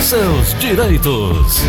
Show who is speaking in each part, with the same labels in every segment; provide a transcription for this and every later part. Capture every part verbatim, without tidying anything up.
Speaker 1: seus direitos.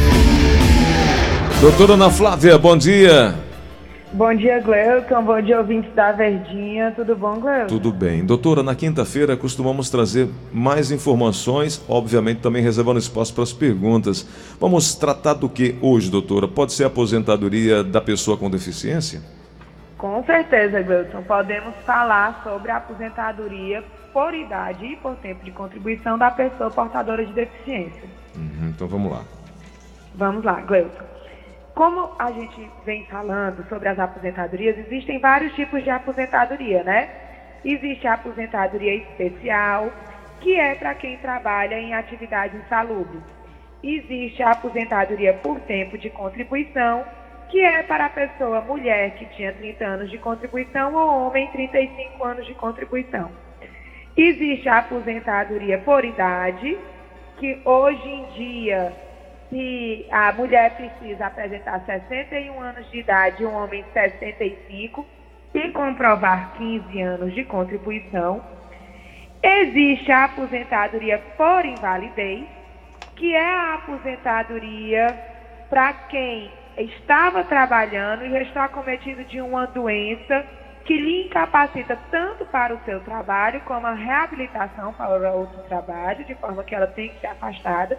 Speaker 2: Doutora Ana Flávia, bom dia.
Speaker 3: Bom dia, Gleuton. Bom dia, ouvintes da Verdinha. Tudo bom, Gleuton?
Speaker 2: Tudo bem. Doutora, na quinta-feira costumamos trazer mais informações, obviamente também reservando espaço para as perguntas. Vamos tratar do que hoje, doutora? Pode ser a aposentadoria da pessoa com deficiência?
Speaker 3: Com certeza, Gleuton. Podemos falar sobre a aposentadoria por idade e por tempo de contribuição da pessoa portadora de deficiência.
Speaker 2: Uhum, então vamos lá.
Speaker 3: Vamos lá, Gleuton. Como a gente vem falando sobre as aposentadorias, existem vários tipos de aposentadoria, né? Existe a aposentadoria especial, que é para quem trabalha em atividade insalubre. Existe a aposentadoria por tempo de contribuição, que é para a pessoa mulher que tinha trinta anos de contribuição ou homem trinta e cinco anos de contribuição. Existe a aposentadoria por idade, que hoje em dia, se a mulher precisa apresentar sessenta e um anos de idade e um homem sessenta e cinco e comprovar quinze anos de contribuição. Existe a aposentadoria por invalidez, que é a aposentadoria para quem estava trabalhando e está acometido de uma doença que lhe incapacita tanto para o seu trabalho como a reabilitação para outro trabalho, de forma que ela tem que ser afastada.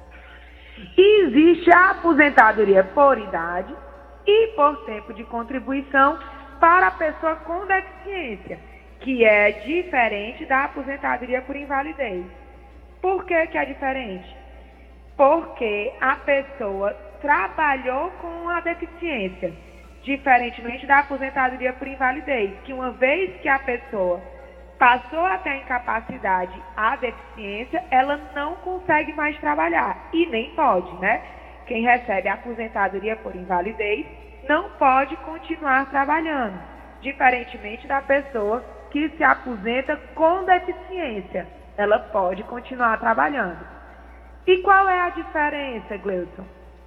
Speaker 3: E existe a aposentadoria por idade e por tempo de contribuição para a pessoa com deficiência, que é diferente da aposentadoria por invalidez. Por que que é diferente? Porque a pessoa trabalhou com a deficiência, diferentemente da aposentadoria por invalidez, que uma vez que a pessoa passou até a incapacidade, a deficiência, ela não consegue mais trabalhar e nem pode, né? Quem recebe a aposentadoria por invalidez não pode continuar trabalhando, diferentemente da pessoa que se aposenta com deficiência, ela pode continuar trabalhando. E qual é a diferença, Gleuton?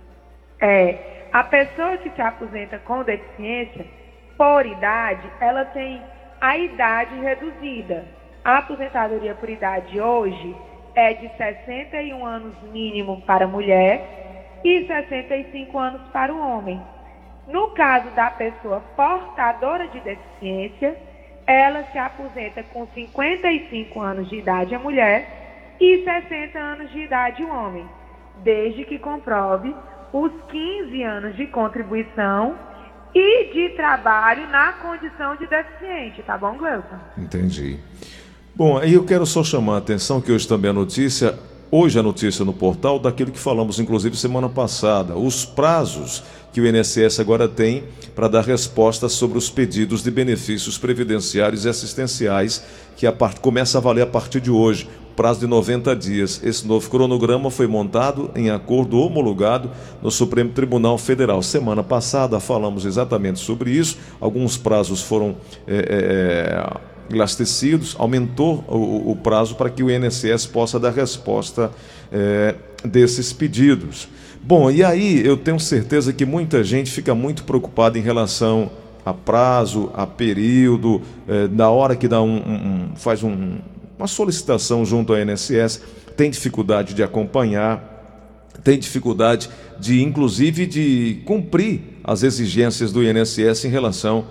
Speaker 3: É, a pessoa que se aposenta com deficiência, por idade, ela tem a idade reduzida. A aposentadoria por idade hoje é de sessenta e um anos mínimo para a mulher e sessenta e cinco anos para o homem. No caso da pessoa portadora de deficiência, ela se aposenta com cinquenta e cinco anos de idade a mulher e sessenta anos de idade o homem, desde que comprove os quinze anos de contribuição e de trabalho na condição de deficiente, tá bom, Gleuton?
Speaker 2: Entendi. Bom, aí eu quero só chamar a atenção que hoje também a notícia, hoje a notícia no portal, daquilo que falamos inclusive semana passada, os prazos que o I N S S agora tem para dar respostas sobre os pedidos de benefícios previdenciários e assistenciais que a part... começa a valer a partir de hoje. Prazo de noventa dias. Esse novo cronograma foi montado em acordo homologado no Supremo Tribunal Federal. Semana passada falamos exatamente sobre isso. Alguns prazos foram é, é, elastecidos, aumentou o, o prazo para que o I N S S possa dar resposta é, desses pedidos. Bom, e aí eu tenho certeza que muita gente fica muito preocupada em relação a prazo, a período, é, da hora que dá um, um, faz um uma solicitação junto ao I N S S, tem dificuldade de acompanhar, tem dificuldade de, inclusive, de cumprir as exigências do I N S S em relação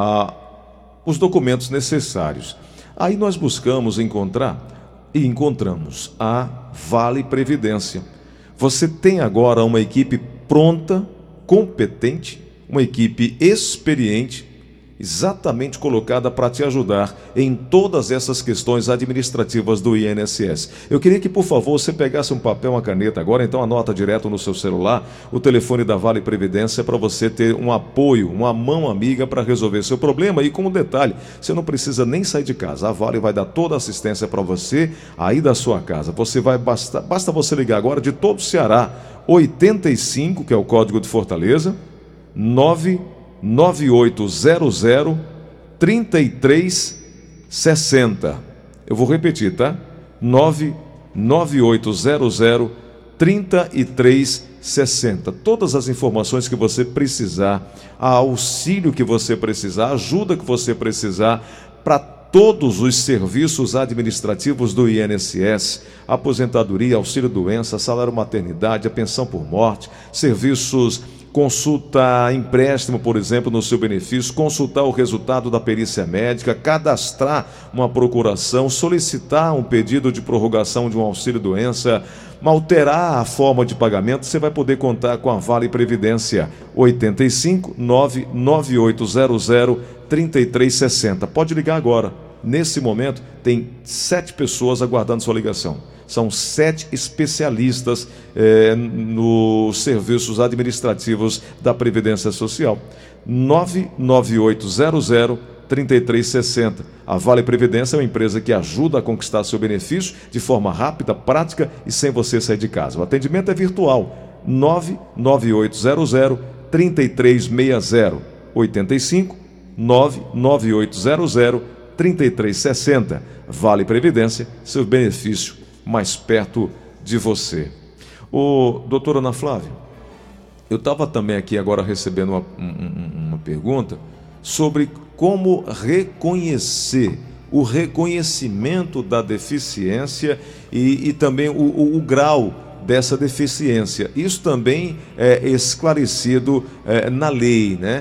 Speaker 2: aos documentos necessários. Aí nós buscamos encontrar e encontramos a Vale Previdência. Você tem agora uma equipe pronta, competente, uma equipe experiente, exatamente colocada para te ajudar em todas essas questões administrativas do I N S S. Eu queria que, por favor, você pegasse um papel, uma caneta agora, então anota direto no seu celular o telefone da Vale Previdência para você ter um apoio, uma mão amiga para resolver seu problema. E como detalhe, você não precisa nem sair de casa, a Vale vai dar toda a assistência para você aí da sua casa. Você vai basta, basta você ligar agora de todo o Ceará, oitenta e cinco, que é o código de Fortaleza, nove nove oito zero zero, três três seis zero. Eu vou repetir, tá? nove nove oito zero zero, três três seis zero. Todas as informações que você precisar, a auxílio que você precisar, a ajuda que você precisar, para todos os serviços administrativos do I N S S, aposentadoria, auxílio-doença, salário-maternidade, a pensão por morte, serviços, consulta empréstimo, por exemplo, no seu benefício, consultar o resultado da perícia médica, cadastrar uma procuração, solicitar um pedido de prorrogação de um auxílio-doença, alterar a forma de pagamento, você vai poder contar com a Vale Previdência. Oitenta e cinco, nove nove oito zero zero, trinta e três sessenta. Pode ligar agora. Nesse momento, tem sete pessoas aguardando sua ligação. São sete especialistas eh, nos serviços administrativos da Previdência Social. nove nove oito zero zero, trinta e três sessenta. A Vale Previdência é uma empresa que ajuda a conquistar seu benefício de forma rápida, prática e sem você sair de casa. O atendimento é virtual. nove nove oito zero zero, trinta e três sessenta. oitenta e cinco, nove nove oito zero zero, trinta e três sessenta. Vale Previdência, seu benefício mais perto de você. Ô, doutora Ana Flávia, eu estava também aqui agora recebendo uma, uma, uma pergunta sobre como reconhecer, o reconhecimento da deficiência e, e também o, o, o grau dessa deficiência. Isso também é esclarecido é, na lei, né?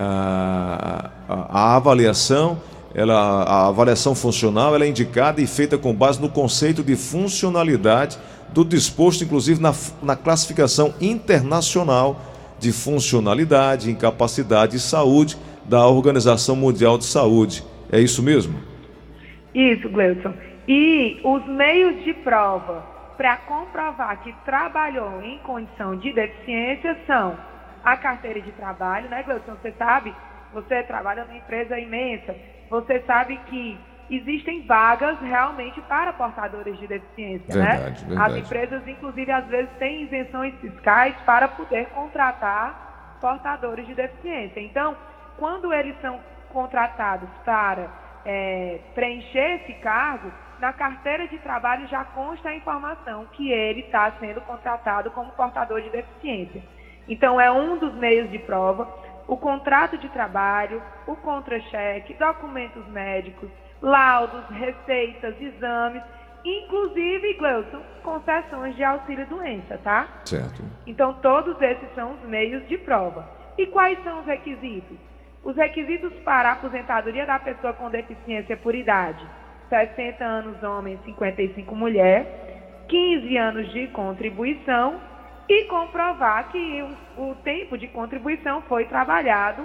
Speaker 2: A, a, a avaliação Ela, a avaliação funcional ela é indicada e feita com base no conceito de funcionalidade do disposto, inclusive, na, na classificação internacional de funcionalidade, incapacidade e saúde da Organização Mundial de Saúde. É isso mesmo?
Speaker 3: Isso, Gleudson. E os meios de prova para comprovar que trabalhou em condição de deficiência são a carteira de trabalho, né, Gleudson? Você sabe, você trabalha numa empresa imensa, você sabe que existem vagas realmente para portadores de deficiência,
Speaker 2: verdade,
Speaker 3: né?
Speaker 2: Verdade.
Speaker 3: As empresas, inclusive, às vezes têm isenções fiscais para poder contratar portadores de deficiência. Então, quando eles são contratados para é, preencher esse cargo, na carteira de trabalho já consta a informação que ele está sendo contratado como portador de deficiência. Então, é um dos meios de prova. O contrato de trabalho, o contra-cheque, documentos médicos, laudos, receitas, exames, inclusive, Gleudson, concessões de auxílio-doença, tá?
Speaker 2: Certo.
Speaker 3: Então, todos esses são os meios de prova. E quais são os requisitos? Os requisitos para a aposentadoria da pessoa com deficiência por idade: sessenta anos homem, cinquenta e cinco mulher, quinze anos de contribuição, e comprovar que o, o tempo de contribuição foi trabalhado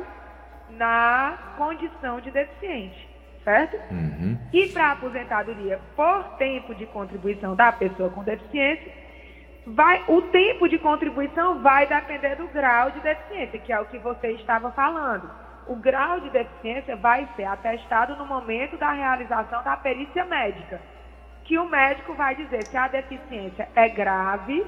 Speaker 3: na condição de deficiente, certo?
Speaker 2: Uhum.
Speaker 3: E para a aposentadoria por tempo de contribuição da pessoa com deficiência, vai, o tempo de contribuição vai depender do grau de deficiência, que é o que você estava falando. O grau de deficiência vai ser atestado no momento da realização da perícia médica, que o médico vai dizer se a deficiência é grave,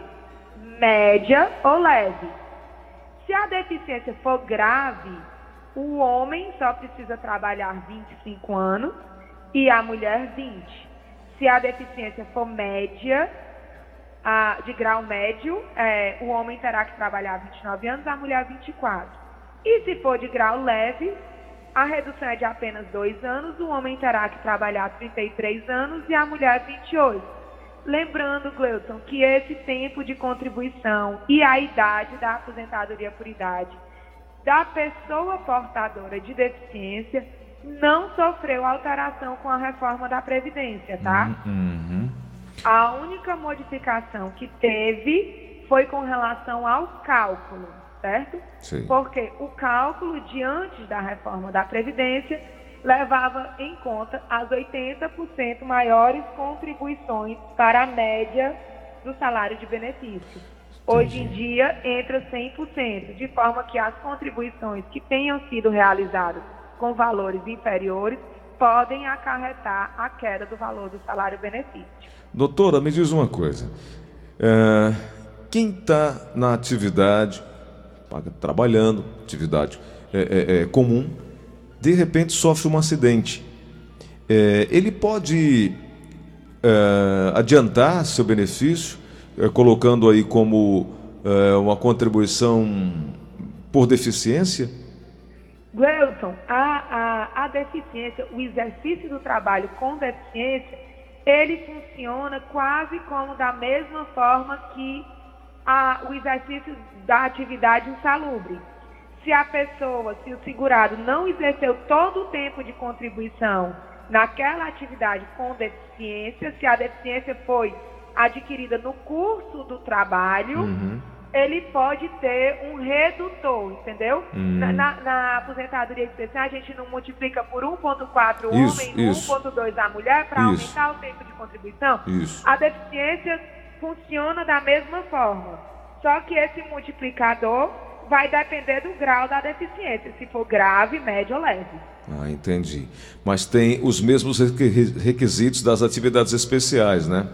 Speaker 3: média ou leve. Se a deficiência for grave, o homem só precisa trabalhar vinte e cinco anos e a mulher vinte. Se a deficiência for média, a, de grau médio, é, o homem terá que trabalhar vinte e nove anos, a mulher vinte e quatro. E se for de grau leve, a redução é de apenas dois anos, o homem terá que trabalhar trinta e três anos e a mulher vinte e oito. Lembrando, Gleudson, que esse tempo de contribuição e a idade da aposentadoria por idade da pessoa portadora de deficiência não sofreu alteração com a reforma da Previdência, tá?
Speaker 2: Uhum.
Speaker 3: A única modificação que teve foi com relação ao cálculo, certo?
Speaker 2: Sim.
Speaker 3: Porque o cálculo de antes da reforma da Previdência levava em conta as oitenta por cento maiores contribuições para a média do salário de benefício. Hoje em dia, entra cem por cento, de forma que as contribuições que tenham sido realizadas com valores inferiores podem acarretar a queda do valor do salário-benefício.
Speaker 2: Doutora, me diz uma coisa. É, quem está na atividade, trabalhando, atividade é, é, é, comum, de repente sofre um acidente. É, ele pode é, adiantar seu benefício, é, colocando aí como é, uma contribuição por deficiência?
Speaker 3: Gleudson, a, a, a deficiência, o exercício do trabalho com deficiência, ele funciona quase como da mesma forma que a, o exercício da atividade insalubre. Se a pessoa, se o segurado não exerceu todo o tempo de contribuição naquela atividade com deficiência, se a deficiência foi adquirida no curso do trabalho, uhum. ele pode ter um redutor, entendeu? Uhum. Na, na, na aposentadoria especial, a gente não multiplica por um vírgula quatro o homem e um vírgula dois a mulher para aumentar o tempo de contribuição.
Speaker 2: Isso.
Speaker 3: A deficiência funciona da mesma forma, só que esse multiplicador vai depender do grau da deficiência, se for grave, médio ou leve.
Speaker 2: Ah, entendi. Mas tem os mesmos requisitos das atividades especiais, né?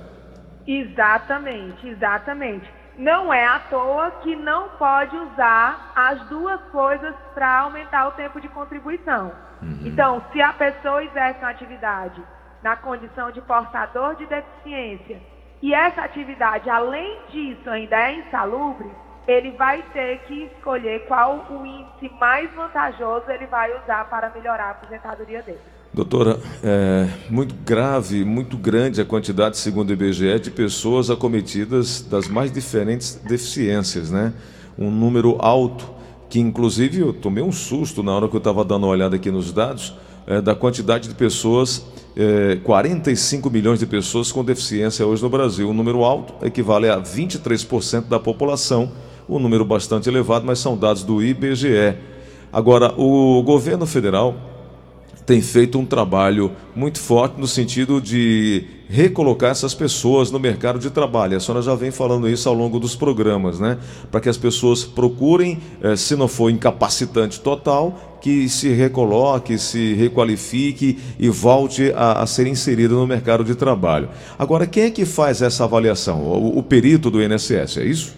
Speaker 3: Exatamente, exatamente. Não é à toa que não pode usar as duas coisas para aumentar o tempo de contribuição. Uhum. Então, se a pessoa exerce uma atividade na condição de portador de deficiência e essa atividade, além disso, ainda é insalubre, ele vai ter que escolher qual o índice mais vantajoso ele vai usar para melhorar a aposentadoria dele.
Speaker 2: Doutora, é muito grave, muito grande a quantidade, segundo o I B G E, de pessoas acometidas das mais diferentes deficiências, né? Um número alto, que inclusive eu tomei um susto na hora que eu estava dando uma olhada aqui nos dados, é, da quantidade de pessoas, é, quarenta e cinco milhões de pessoas com deficiência hoje no Brasil. Um número alto equivale a vinte e três por cento da população, um número bastante elevado, mas são dados do I B G E. Agora, o governo federal tem feito um trabalho muito forte no sentido de recolocar essas pessoas no mercado de trabalho. A senhora já vem falando isso ao longo dos programas, né? Para que as pessoas procurem, eh, se não for incapacitante total, que se recoloque, se requalifique e volte a, a ser inserido no mercado de trabalho. Agora, quem é que faz essa avaliação? O, o perito do I N S S, é isso?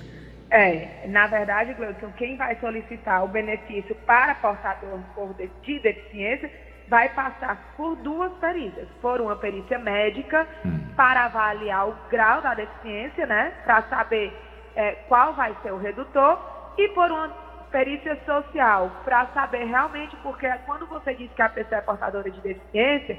Speaker 3: É, na verdade, Gleudson, quem vai solicitar o benefício para portador de deficiência vai passar por duas perícias, por uma perícia médica hum. para avaliar o grau da deficiência, né, para saber é, qual vai ser o redutor, e por uma perícia social para saber realmente, porque quando você diz que a pessoa é portadora de deficiência,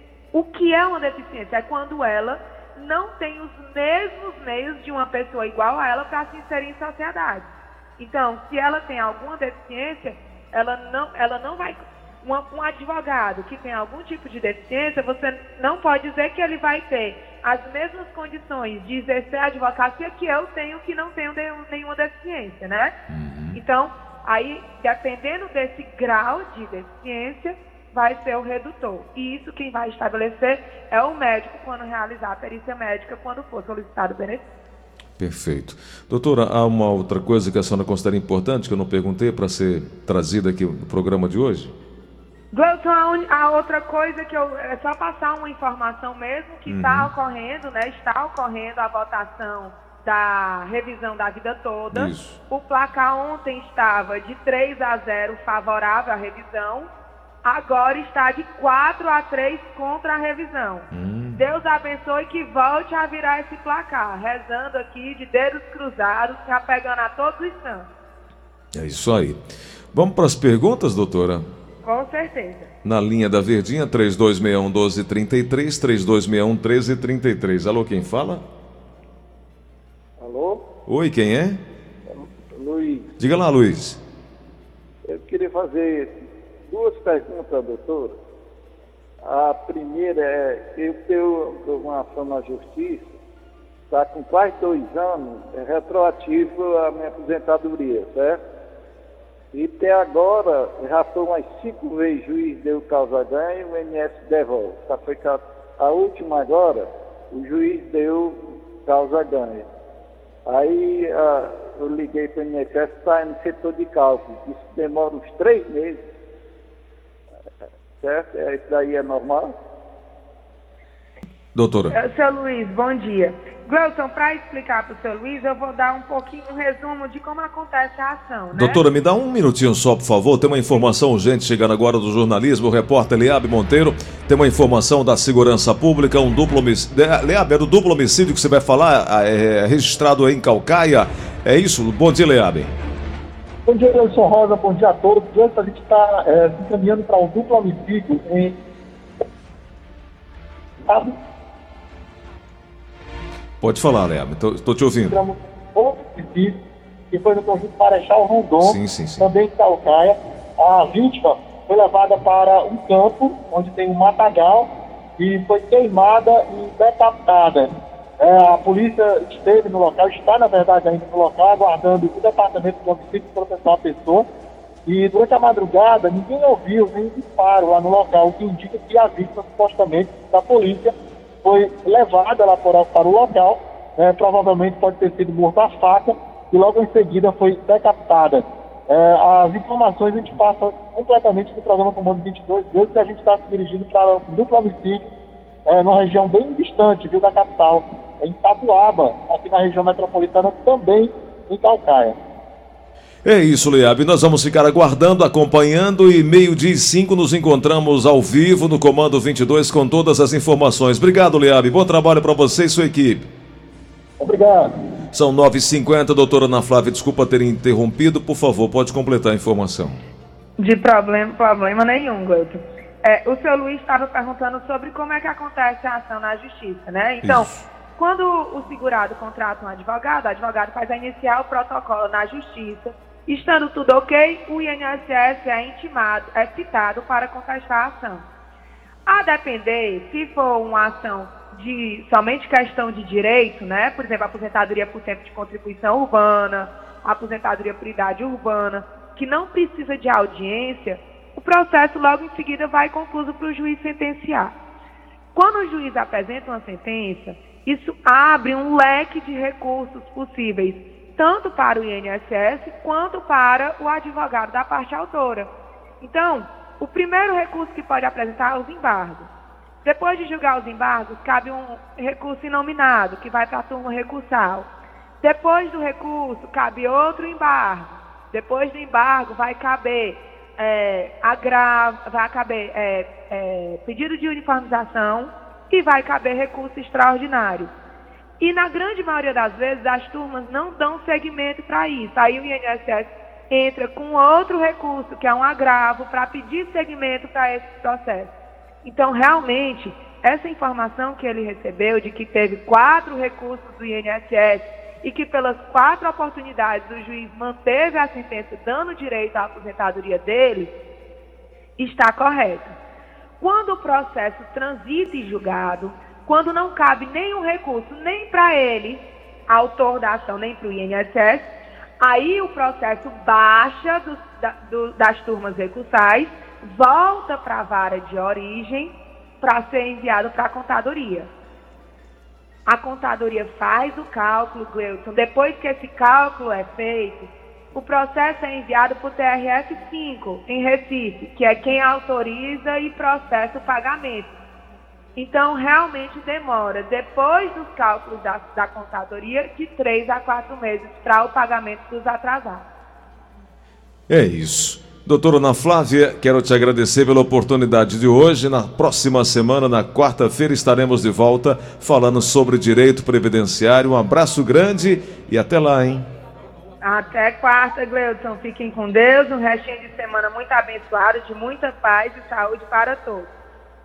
Speaker 3: o que é uma deficiência? É quando ela não tem os mesmos meios de uma pessoa igual a ela para se inserir em sociedade. Então, se ela tem alguma deficiência, ela não, ela não vai... Uma, um advogado que tem algum tipo de deficiência, você não pode dizer que ele vai ter as mesmas condições de exercer a advocacia que eu tenho, que não tenho nenhuma deficiência, né? Uhum. Então, aí, dependendo desse grau de deficiência, vai ser o redutor. E isso quem vai estabelecer é o médico quando realizar a perícia médica, quando for solicitado o benefício.
Speaker 2: Perfeito. Doutora, há uma outra coisa que a senhora considera importante, que eu não perguntei, para ser trazida aqui no programa de hoje?
Speaker 3: Gleudson, a, un... a outra coisa que eu... É só passar uma informação mesmo, que está uhum. ocorrendo, né? Está ocorrendo a votação da revisão da vida toda.
Speaker 2: Isso.
Speaker 3: O placar ontem estava de três a zero favorável à revisão, agora está de quatro a três contra a revisão. Hum. Deus abençoe que volte a virar esse placar, rezando aqui de dedos cruzados, se apegando a todos os santos.
Speaker 2: É isso aí. Vamos para as perguntas, doutora?
Speaker 3: Com certeza.
Speaker 2: Na linha da Verdinha, três dois seis um um dois três três, três dois seis um um três três três. Alô, quem fala?
Speaker 4: Alô?
Speaker 2: Oi, quem é?
Speaker 4: Luiz.
Speaker 2: Diga lá, Luiz.
Speaker 4: Eu queria fazer duas perguntas, doutor. A primeira é, eu tenho uma ação na justiça, está com quase dois anos, é retroativo a minha aposentadoria, certo? E até agora, já foi umas cinco vezes o juiz deu causa ganha e o I N S S devolve. Tá feita a última agora, o juiz deu causa ganha. Aí a, eu liguei para o I N S S, está no setor de cálculo. Isso demora uns três meses. Certo? Isso daí é normal?
Speaker 2: Doutora.
Speaker 3: Seu Luiz, bom dia. Gleudson, para explicar para o seu Luiz, eu vou dar um pouquinho um resumo de como acontece a ação, né?
Speaker 2: Doutora, me dá um minutinho só, por favor. Tem uma informação urgente chegando agora do jornalismo. O repórter Leab Monteiro tem uma informação da segurança pública, um duplo homicídio. Leab, é do duplo homicídio que você vai falar, é registrado aí em Caucaia. É isso? Bom dia, Leab.
Speaker 5: Bom dia, Wilson Rosa, bom dia a todos. Hoje a gente está é, se encaminhando para um duplo homicídio em...
Speaker 2: Pode falar, Leab, estou te ouvindo.
Speaker 5: Outro homicídio, que foi no conjunto Marechal Rondon,
Speaker 2: sim, sim, sim.
Speaker 5: também em Calcaia. A vítima foi levada para um campo onde tem um matagal e foi queimada e decapitada. É, a polícia esteve no local, está na verdade ainda no local, aguardando o departamento de homicídio para proteger a pessoa. E durante a madrugada ninguém ouviu nem disparo lá no local, o que indica que a vítima, supostamente, da polícia, foi levada lá para, para o local, é, provavelmente pode ter sido morta a faca e logo em seguida foi decapitada. É, as informações a gente passa completamente do programa Comando vinte e dois, desde que a gente está se dirigindo para um duplo homicídio, é, numa região bem distante, viu, da capital, em Tabuaba, aqui na região metropolitana, também em Calcaia.
Speaker 2: É isso, Leab. Nós vamos ficar aguardando, acompanhando e meio-dia e cinco nos encontramos ao vivo no Comando vinte e dois com todas as informações. Obrigado, Leab. Bom trabalho para você e sua equipe.
Speaker 5: Obrigado.
Speaker 2: São nove e cinquenta, doutora Ana Flávia, desculpa ter interrompido. Por favor, pode completar a informação.
Speaker 3: De problema, problema nenhum, Gleuton. É, o seu Luiz estava perguntando sobre como é que acontece a ação na justiça, né? Então, isso. Quando o segurado contrata um advogado, o advogado faz a iniciar o protocolo na justiça. Estando tudo ok, o I N S S é intimado, é citado para contestar a ação. A depender, se for uma ação de somente questão de direito, né? Por exemplo, aposentadoria por tempo de contribuição urbana, aposentadoria por idade urbana, que não precisa de audiência, o processo logo em seguida vai concluso para o juiz sentenciar. Quando o juiz apresenta uma sentença, isso abre um leque de recursos possíveis, tanto para o I N S S quanto para o advogado da parte autora. Então, o primeiro recurso que pode apresentar é os embargos. Depois de julgar os embargos, cabe um recurso inominado, que vai para a turma recursal. Depois do recurso, cabe outro embargo. Depois do embargo, vai caber, é, agravo, vai caber é, é, pedido de uniformização e vai caber recurso extraordinário. E na grande maioria das vezes, as turmas não dão seguimento para isso. Aí o I N S S entra com outro recurso, que é um agravo, para pedir seguimento para esse processo. Então, realmente, essa informação que ele recebeu de que teve quatro recursos do I N S S e que pelas quatro oportunidades o juiz manteve a sentença dando direito à aposentadoria dele, está correto. Quando o processo transita em julgado, quando não cabe nenhum recurso, nem para ele, autor da ação, nem para o I N S S, aí o processo baixa do, da, do, das turmas recursais, volta para a vara de origem para ser enviado para a contadoria. A contadoria faz o cálculo, Gleuton. Depois que esse cálculo é feito, o processo é enviado para o T R S cinco, em Recife, que é quem autoriza e processa o pagamento. Então, realmente demora, depois dos cálculos da, da contadoria, de três a quatro meses para o pagamento dos atrasados.
Speaker 2: É isso. Doutora Ana Flávia, quero te agradecer pela oportunidade de hoje. Na próxima semana, na quarta-feira, estaremos de volta falando sobre direito previdenciário. Um abraço grande e até lá, hein?
Speaker 3: Até quarta, Gleuton. Fiquem com Deus. Um restinho de semana muito abençoado, de muita paz e saúde para todos.